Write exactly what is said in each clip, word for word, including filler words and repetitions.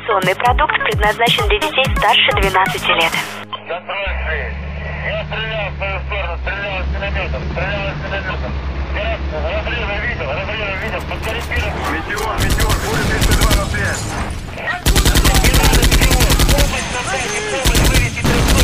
Информационный продукт предназначен для детей старше двенадцати лет. Я стрелял в свою сторону, стрелял из минометом, стрелял из минометом. Я разрывы видел, разрывы видел, подкорректировал. Метеор, метеор, будет тридцать два на пять. Откуда? Не надо ничего, помощь на дайте, помощь, вывести трехсот,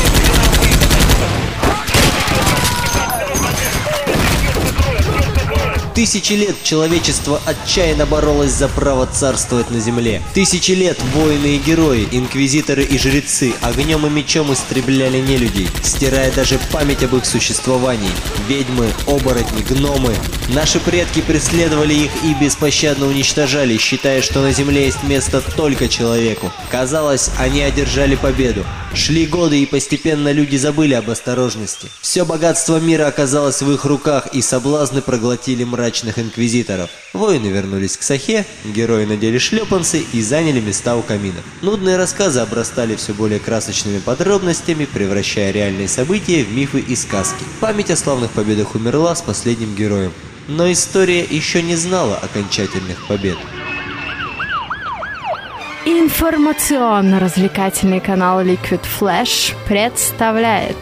Тысячи лет человечество отчаянно боролось за право царствовать на земле. Тысячи лет воины и герои, инквизиторы и жрецы огнем и мечом истребляли нелюдей, стирая даже память об их существовании. Ведьмы, оборотни, гномы. Наши предки преследовали их и беспощадно уничтожали, считая, что на земле есть место только человеку. Казалось, они одержали победу. Шли годы, и постепенно люди забыли об осторожности. Все богатство мира оказалось в их руках, и соблазны проглотили мрачных инквизиторов. Воины вернулись к сахе, герои надели шлепанцы и заняли места у каминов. Нудные рассказы обрастали все более красочными подробностями, превращая реальные события в мифы и сказки. Память о славных победах умерла с последним героем. Но история еще не знала окончательных побед. Информационно-развлекательный канал Liquid Flash представляет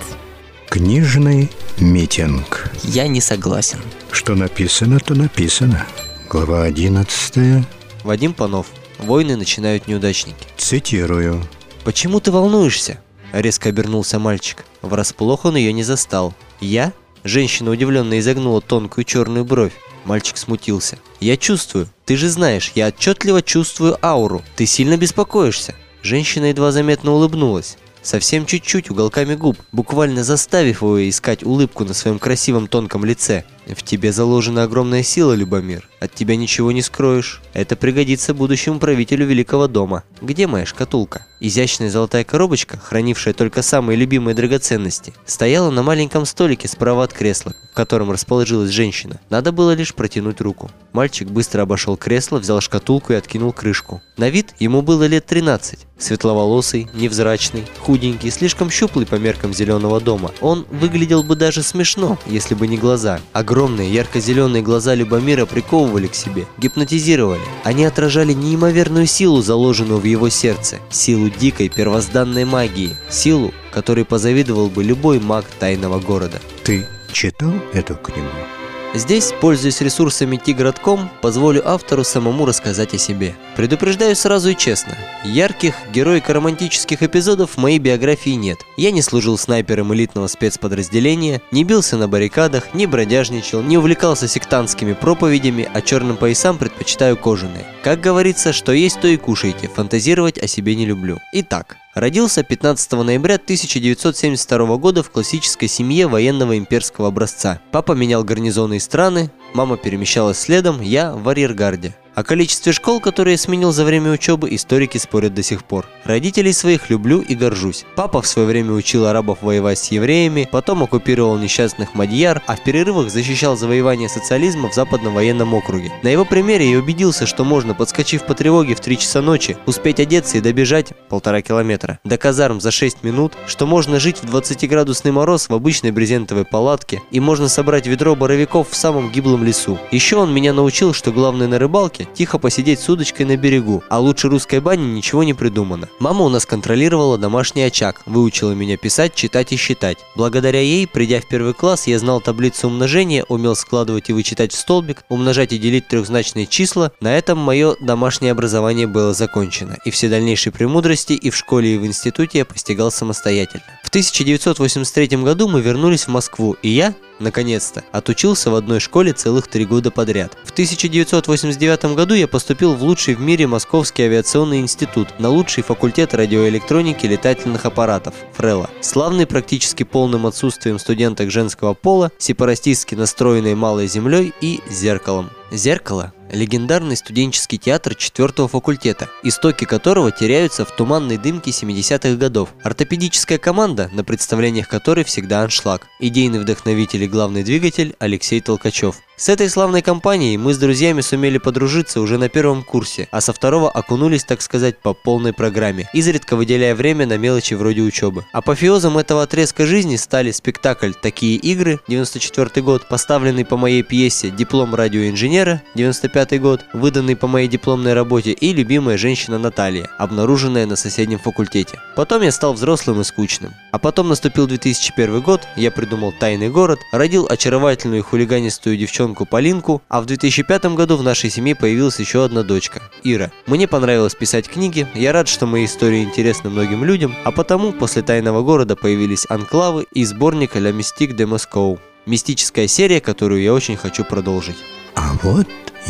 Книжный митинг. Я не согласен. Что написано, то написано. Глава одиннадцатая. Вадим Панов. Войны начинают неудачники. Цитирую. «Почему ты волнуешься?» — резко обернулся мальчик. Врасплох он ее не застал. «Я?» — женщина удивленно изогнула тонкую черную бровь. Мальчик смутился. «Я чувствую. Ты же знаешь, я отчетливо чувствую ауру. Ты сильно беспокоишься». Женщина едва заметно улыбнулась. Совсем чуть-чуть, уголками губ, буквально заставив его искать улыбку на своем красивом тонком лице. «В тебе заложена огромная сила, Любомир. От тебя ничего не скроешь. Это пригодится будущему правителю Великого дома. Где моя шкатулка?» Изящная золотая коробочка, хранившая только самые любимые драгоценности, стояла на маленьком столике справа от кресла, в котором расположилась женщина. Надо было лишь протянуть руку. Мальчик быстро обошел кресло, взял шкатулку и откинул крышку. На вид ему было лет тринадцать. Светловолосый, невзрачный, худенький, слишком щуплый по меркам Зеленого дома. Он выглядел бы даже смешно, если бы не глаза. Огромные ярко-зеленые глаза Любомира приковывали к себе, гипнотизировали. Они отражали неимоверную силу, заложенную в его сердце, силу дикой первозданной магии, силу, которой позавидовал бы любой маг тайного города. Ты читал эту книгу? Здесь, пользуясь ресурсами Тигр точка ком, позволю автору самому рассказать о себе. Предупреждаю сразу и честно. Ярких, героико-романтических эпизодов в моей биографии нет. Я не служил снайпером элитного спецподразделения, не бился на баррикадах, не бродяжничал, не увлекался сектантскими проповедями, а черным поясам предпочитаю кожаные. Как говорится, что есть, то и кушайте, фантазировать о себе не люблю. Итак. Родился пятнадцатого ноября тысяча девятьсот семьдесят второго года в классической семье военного имперского образца. Папа менял гарнизоны и страны, мама перемещалась следом, я в арьергарде. О количестве школ, которые я сменил за время учебы, историки спорят до сих пор. Родителей своих люблю и горжусь. Папа в свое время учил арабов воевать с евреями, потом оккупировал несчастных мадьяр, а в перерывах защищал завоевание социализма в Западном военном округе. На его примере я убедился, что можно, подскочив по тревоге в три часа ночи, успеть одеться и добежать полтора километра до казарм за шесть минут, что можно жить в двадцатиградусный мороз в обычной брезентовой палатке и можно собрать ведро боровиков в самом гиблом лесу. Еще он меня научил, что главное на рыбалке – тихо посидеть с удочкой на берегу, а лучше русской бани ничего не придумано. Мама у нас контролировала домашний очаг, выучила меня писать, читать и считать. Благодаря ей, придя в первый класс, я знал таблицу умножения, умел складывать и вычитать в столбик, умножать и делить трехзначные числа. На этом мое домашнее образование было закончено, и все дальнейшие премудрости и в школе, и в институте я постигал самостоятельно. В тысяча девятьсот восемьдесят третьем году мы вернулись в Москву, и я, наконец-то, отучился в одной школе целых три года подряд. В тысяча девятьсот восемьдесят девятом году я поступил в лучший в мире Московский авиационный институт на лучший факультет радиоэлектроники и летательных аппаратов ФРЭЛа. Славный практически полным отсутствием студенток женского пола, сепаратистски настроенной малой землей и зеркалом. «Зеркало» – легендарный студенческий театр четвертого факультета, истоки которого теряются в туманной дымке семидесятых годов. Ортопедическая команда, на представлениях которой всегда аншлаг. Идейный вдохновитель и главный двигатель Алексей Толкачев. С этой славной компанией мы с друзьями сумели подружиться уже на первом курсе, а со второго окунулись, так сказать, по полной программе, изредка выделяя время на мелочи вроде учебы. Апофеозом этого отрезка жизни стали спектакль «Такие игры» девяносто четвёртый год, поставленный по моей пьесе «Диплом радиоинженера» девяносто пятый год, выданный по моей дипломной работе, и «Любимая женщина Наталья», обнаруженная на соседнем факультете. Потом я стал взрослым и скучным. А потом наступил две тысячи первый год, я придумал «Тайный город», родил очаровательную и хулиганистую девчонку Полинку, а в две тысячи пятом году в нашей семье появилась еще одна дочка – Ира. Мне понравилось писать книги, я рад, что мои истории интересны многим людям, а потому после «Тайного города» появились «Анклавы» и сборник «La Mystique de Moscou». Мистическая серия, которую я очень хочу продолжить. А вот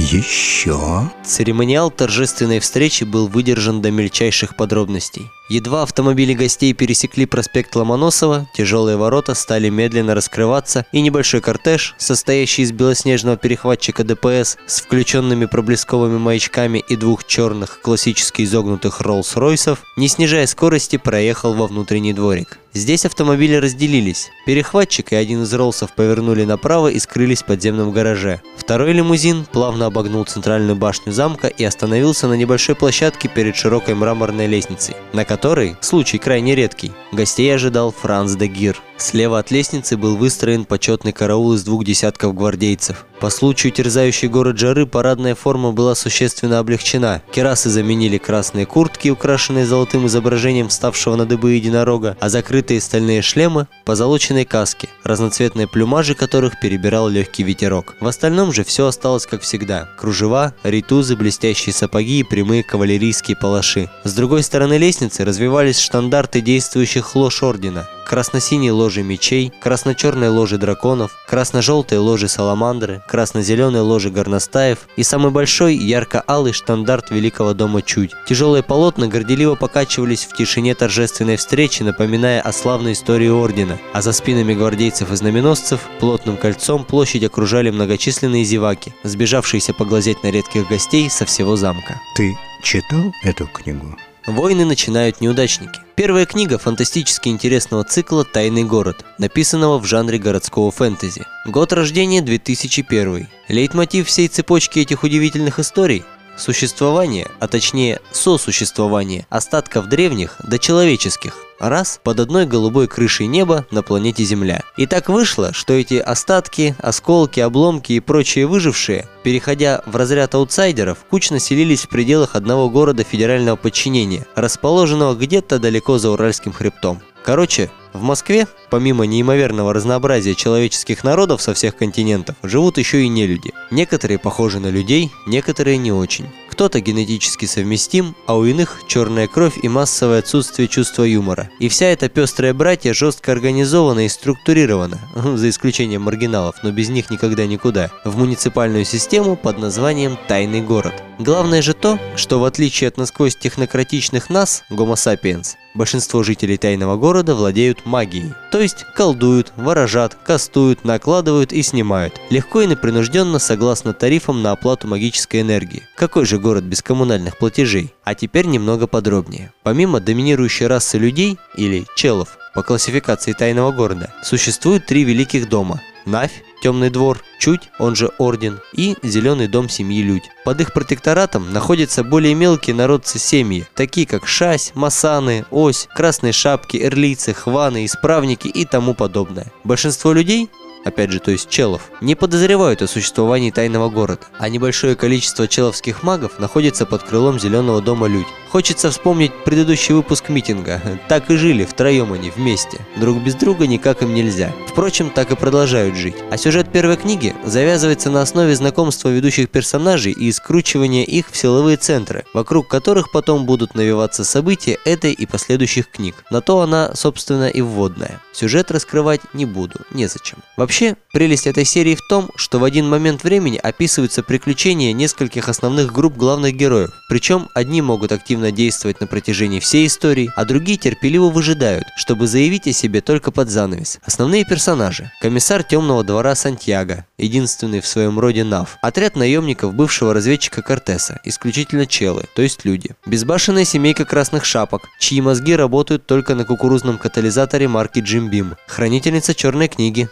еще. Церемониал торжественной встречи был выдержан до мельчайших подробностей. Едва автомобили гостей пересекли проспект Ломоносова, тяжелые ворота стали медленно раскрываться, и небольшой кортеж, состоящий из белоснежного перехватчика ДПС с включенными проблесковыми маячками и двух черных классически изогнутых Роллс-Ройсов, не снижая скорости, проехал во внутренний дворик. Здесь автомобили разделились. Перехватчик и один из Роллсов повернули направо и скрылись в подземном гараже. Второй лимузин плавно обогнул центральную башню замка и остановился на небольшой площадке перед широкой мраморной лестницей, на которой, случай крайне редкий, гостей ожидал Франц де Гир. Слева от лестницы был выстроен почетный караул из двух десятков гвардейцев. По случаю терзающей город жары парадная форма была существенно облегчена. Кирасы заменили красные куртки, украшенные золотым изображением вставшего на дыбы единорога, а закрытые стальные шлемы – позолоченные каски, разноцветные плюмажи которых перебирал легкий ветерок. В остальном же все осталось как всегда. Кружева, ритузы, блестящие сапоги и прямые кавалерийские палаши. С другой стороны лестницы развивались штандарты действующих лож ордена. Красно-синие ложи мечей, красно-черные ложи драконов, красно-желтые ложи саламандры, красно-зеленые ложи горностаев и самый большой ярко-алый штандарт Великого дома Чуть. Тяжелые полотна горделиво покачивались в тишине торжественной встречи, напоминая о славной истории ордена, а за спинами гвардейцев и знаменосцев плотным кольцом площадь окружали многочисленные зеваки, сбежавшиеся поглазеть на редких гостей со всего замка. Ты читал эту книгу? Войны начинают неудачники. Первая книга фантастически интересного цикла «Тайный город», написанного в жанре городского фэнтези. Год рождения две тысячи первый. Лейтмотив всей цепочки этих удивительных историй – существование, а точнее сосуществование остатков древних до человеческих, раз под одной голубой крышей неба на планете Земля. И так вышло, что эти остатки, осколки, обломки и прочие выжившие, переходя в разряд аутсайдеров, кучно селились в пределах одного города федерального подчинения, расположенного где-то далеко за Уральским хребтом. Короче, в Москве, помимо неимоверного разнообразия человеческих народов со всех континентов, живут еще и нелюди. Некоторые похожи на людей, некоторые не очень. Кто-то генетически совместим, а у иных черная кровь и массовое отсутствие чувства юмора. И вся эта пестрая братья жестко организована и структурирована, за исключением маргиналов, но без них никогда никуда, в муниципальную систему под названием «Тайный город». Главное же то, что в отличие от насквозь технократичных нас, Homo sapiens, большинство жителей Тайного города владеют магией. То есть колдуют, ворожат, кастуют, накладывают и снимают. Легко и непринужденно согласно тарифам на оплату магической энергии. Какой же город без коммунальных платежей? А теперь немного подробнее. Помимо доминирующей расы людей, или челов, по классификации Тайного города, существует три великих дома. Навь, Темный двор, Чуть, он же Орден, и Зеленый дом семьи Людь. Под их протекторатом находятся более мелкие народцы-семьи, такие как Шась, Масаны, Ось, Красные шапки, Эрлийцы, Хваны, Исправники и тому подобное. Большинство людей, опять же, то есть челов, не подозревают о существовании Тайного города, а небольшое количество человских магов находится под крылом Зеленого дома Людь. Хочется вспомнить предыдущий выпуск митинга. Так и жили втроем они вместе. Друг без друга никак им нельзя. Впрочем, так и продолжают жить. А сюжет первой книги завязывается на основе знакомства ведущих персонажей и скручивания их в силовые центры, вокруг которых потом будут навиваться события этой и последующих книг. На то она, собственно, и вводная. Сюжет раскрывать не буду, незачем. Вообще, прелесть этой серии в том, что в один момент времени описываются приключения нескольких основных групп главных героев. Причем одни могут активно действовать на протяжении всей истории, а другие терпеливо выжидают, чтобы заявить о себе только под занавес. Основные персонажи: комиссар Темного двора Сантьяго, единственный в своем роде Нав, отряд наемников бывшего разведчика Кортеса, исключительно челы, то есть люди, безбашенная семейка Красных шапок, чьи мозги работают только на кукурузном катализаторе марки Джим Бим, хранительница черной книги, главный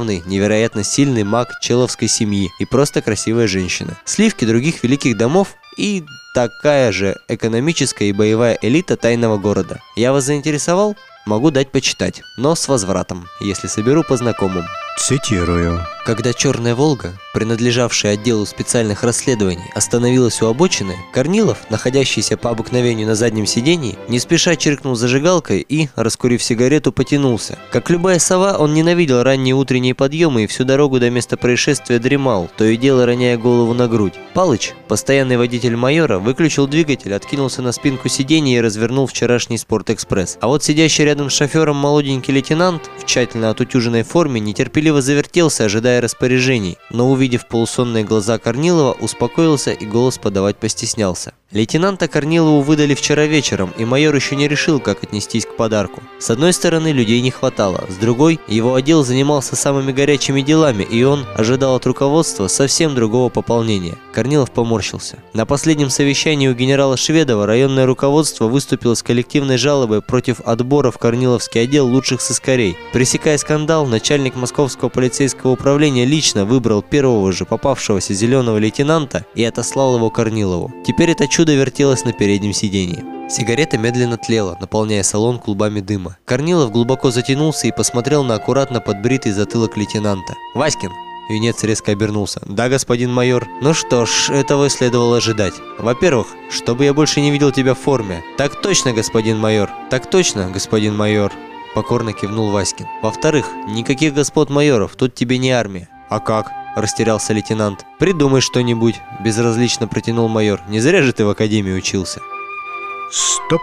славный, невероятно сильный маг человской семьи и просто красивая женщина. Сливки других великих домов и такая же экономическая и боевая элита тайного города. Я вас заинтересовал? Могу дать почитать, но с возвратом, если соберу по знакомым. Цитирую. Когда «Черная Волга», принадлежавшая отделу специальных расследований, остановилась у обочины, Корнилов, находящийся по обыкновению на заднем сидении, не спеша чиркнул зажигалкой и, раскурив сигарету, потянулся. Как любая сова, он ненавидел ранние утренние подъемы и всю дорогу до места происшествия дремал, то и дело роняя голову на грудь. Палыч, постоянный водитель майора, выключил двигатель, откинулся на спинку сиденья и развернул вчерашний «Спортэкспресс». А вот сидящий рядом с шофером молоденький лейтенант в тщательно отутюженной форме нетерпеливо завертелся, ожидая распоряжений, но, увидев полусонные глаза Корнилова, успокоился и голос подавать постеснялся. Лейтенанта Корнилову выдали вчера вечером, и майор еще не решил, как отнестись к подарку. С одной стороны, людей не хватало, с другой, его отдел занимался самыми горячими делами, и он ожидал от руководства совсем другого пополнения. Корнилов поморщился. На последнем совещании у генерала Шведова районное руководство выступило с коллективной жалобой против отбора в Корниловский отдел лучших сыскарей. Пресекая скандал, начальник Московского полицейского управления лично выбрал первого же попавшегося зеленого лейтенанта и отослал его Корнилову. Теперь это чудо вертелось на переднем сиденье. Сигарета медленно тлела, наполняя салон клубами дыма. Корнилов глубоко затянулся и посмотрел на аккуратно подбритый затылок лейтенанта. «Васькин!» Юнец резко обернулся. «Да, господин майор». «Ну что ж, этого следовало ожидать. Во-первых, чтобы я больше не видел тебя в форме». «Так точно, господин майор». «Так точно, господин майор», — покорно кивнул Васькин. «Во-вторых, никаких господ майоров, тут тебе не армия». «А как?» – растерялся лейтенант. «Придумай что-нибудь», – безразлично протянул майор. «Не зря же ты в академии учился». Стоп.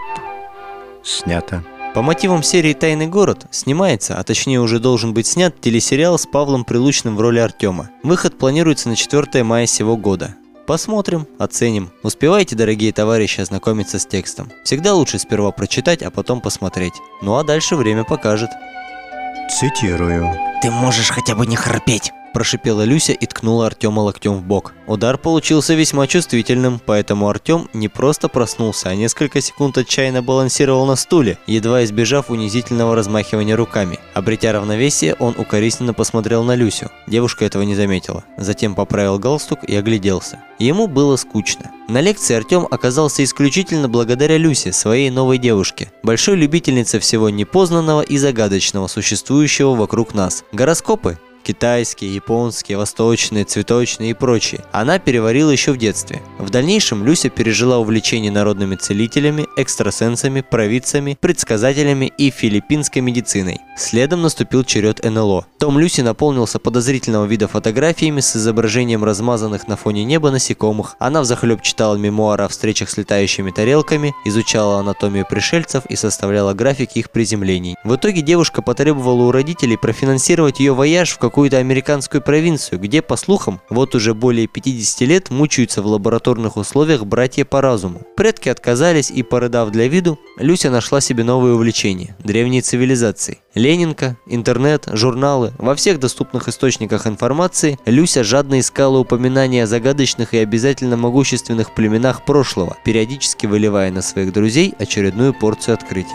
Снято. По мотивам серии «Тайный город» снимается, а точнее уже должен быть снят, телесериал с Павлом Прилучным в роли Артема. Выход планируется на четвёртое мая сего года. Посмотрим, оценим. Успевайте, дорогие товарищи, ознакомиться с текстом. Всегда лучше сперва прочитать, а потом посмотреть. Ну а дальше время покажет. Цитирую. «Ты можешь хотя бы не храпеть!» – прошипела Люся и ткнула Артема локтем в бок. Удар получился весьма чувствительным, поэтому Артем не просто проснулся, а несколько секунд отчаянно балансировал на стуле, едва избежав унизительного размахивания руками. Обретя равновесие, он укоризненно посмотрел на Люсю. Девушка этого не заметила. Затем поправил галстук и огляделся. Ему было скучно. На лекции Артем оказался исключительно благодаря Люсе, своей новой девушке, большой любительнице всего непознанного и загадочного, существующего вокруг нас. Гороскопы – китайские, японские, восточные, цветочные и прочие – она переварила еще в детстве. В дальнейшем Люся пережила увлечение народными целителями, экстрасенсами, провидцами, предсказателями и филиппинской медициной. Следом наступил черед эн эл о. Том Люси наполнился подозрительного вида фотографиями с изображением размазанных на фоне неба насекомых. Она взахлеб читала мемуары о встречах с летающими тарелками, изучала анатомию пришельцев и составляла графики их приземлений. В итоге девушка потребовала у родителей профинансировать ее вояж в какую-то американскую провинцию, где, по слухам, вот уже более пятидесяти лет мучаются в лабораторных условиях братья по разуму. Предки отказались, и, порыдав для виду, Люся нашла себе новое увлечение – древние цивилизации. Ленинка, интернет, журналы – во всех доступных источниках информации Люся жадно искала упоминания о загадочных и обязательно могущественных племенах прошлого, периодически выливая на своих друзей очередную порцию открытий.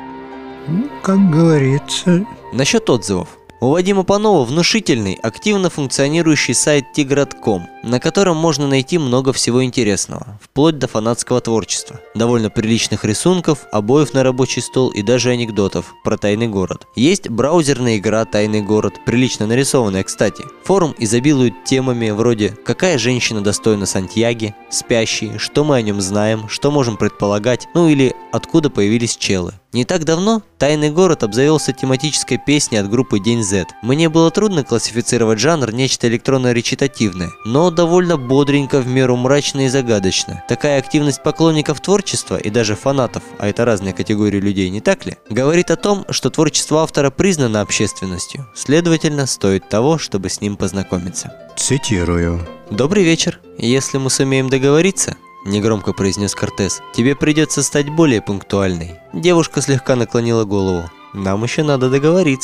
Ну, как говорится. Насчет отзывов. У Вадима Панова внушительный, активно функционирующий сайт тигр точка ком, на котором можно найти много всего интересного, вплоть до фанатского творчества, довольно приличных рисунков, обоев на рабочий стол и даже анекдотов про тайный город. Есть браузерная игра «Тайный город», прилично нарисованная, кстати. Форум изобилует темами вроде «Какая женщина достойна Сантьяги?», «Спящий?», «Что мы о нем знаем?», «Что можем предполагать?», ну или «Откуда появились челы?». Не так давно «Тайный город» обзавелся тематической песней от группы День зет. Мне было трудно классифицировать жанр нечто электронно-речитативное, но довольно бодренько, в меру мрачно и загадочно. Такая активность поклонников творчества и даже фанатов, а это разные категории людей, не так ли, говорит о том, что творчество автора признано общественностью, следовательно, стоит того, чтобы с ним познакомиться. Цитирую. «Добрый вечер. Если мы сумеем договориться, — негромко произнес Кортес, — тебе придется стать более пунктуальной». Девушка слегка наклонила голову. «Нам еще надо договориться.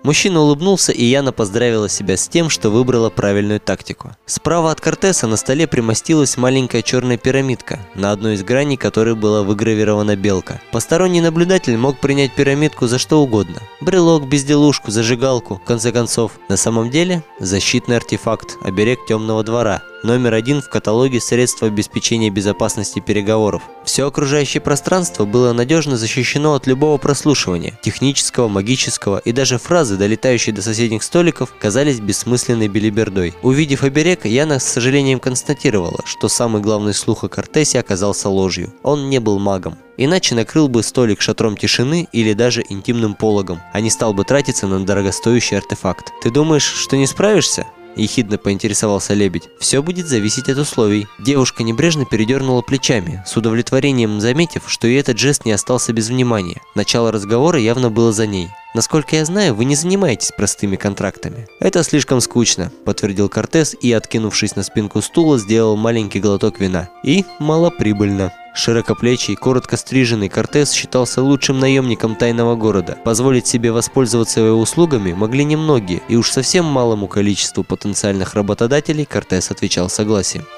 Мужчина улыбнулся, и Яна поздравила себя с тем, что выбрала правильную тактику. Справа от Кортеса на столе примостилась маленькая черная пирамидка, на одной из граней которой была выгравирована белка. Посторонний наблюдатель мог принять пирамидку за что угодно. Брелок, безделушку, зажигалку, в конце концов. На самом деле, защитный артефакт, оберег темного двора. Номер один в каталоге средств обеспечения безопасности переговоров. Все окружающее пространство было надежно защищено от любого прослушивания, технического, магического, и даже фразы, долетающие до соседних столиков, казались бессмысленной белибердой. Увидев оберег, Яна с сожалением констатировала, что самый главный слух о Кортесе оказался ложью. Он не был магом. Иначе накрыл бы столик шатром тишины или даже интимным пологом, а не стал бы тратиться на дорогостоящий артефакт. «Ты думаешь, что не справишься?» – ехидно поинтересовался Лебедь. «Все будет зависеть от условий». Девушка небрежно передернула плечами, с удовлетворением заметив, что и этот жест не остался без внимания. Начало разговора явно было за ней. «Насколько я знаю, вы не занимаетесь простыми контрактами». «Это слишком скучно», – подтвердил Кортес и, откинувшись на спинку стула, сделал маленький глоток вина. «И малоприбыльно». Широкоплечий, коротко стриженный Кортес считался лучшим наемником тайного города. Позволить себе воспользоваться его услугами могли немногие, и уж совсем малому количеству потенциальных работодателей Кортес отвечал согласием.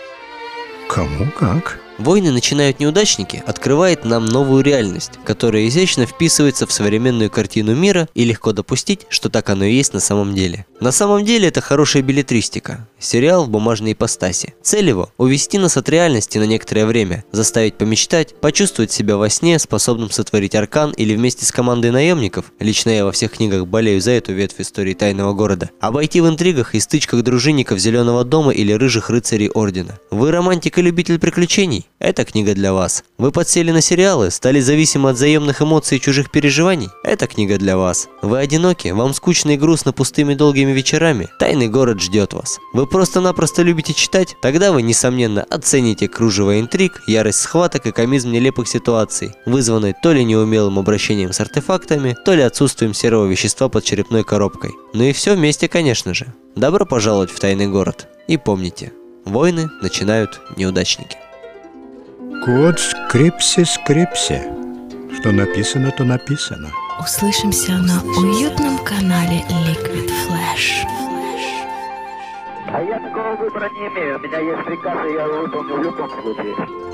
Кому как? «Войны начинают неудачники» открывает нам новую реальность, которая изящно вписывается в современную картину мира, и легко допустить, что так оно и есть на самом деле. На самом деле это хорошая беллетристика. Сериал в бумажной ипостаси. Цель его – увести нас от реальности на некоторое время, заставить помечтать, почувствовать себя во сне, способным сотворить аркан, или вместе с командой наемников, лично я во всех книгах болею за эту ветвь истории тайного города, обойти в интригах и стычках дружинников Зеленого дома или рыжих рыцарей Ордена. Вы романтик и любитель приключений? Эта книга для вас. Вы подсели на сериалы, стали зависимы от взаимных эмоций и чужих переживаний? Эта книга для вас. Вы одиноки, вам скучно и грустно пустыми долгими вечерами? Тайный город ждет вас. Вы просто-напросто любите читать? Тогда вы, несомненно, оцените кружево интриг, ярость схваток и комизм нелепых ситуаций, вызванной то ли неумелым обращением с артефактами, то ли отсутствием серого вещества под черепной коробкой. Ну и все вместе, конечно же. Добро пожаловать в тайный город. И помните, войны начинают неудачники. Код скрипси-скрипси. Что написано, то написано. Услышимся на уютном канале Liquid Flash. А я такого выбора не имею. У меня есть приказ, и я его выполню в любом случае.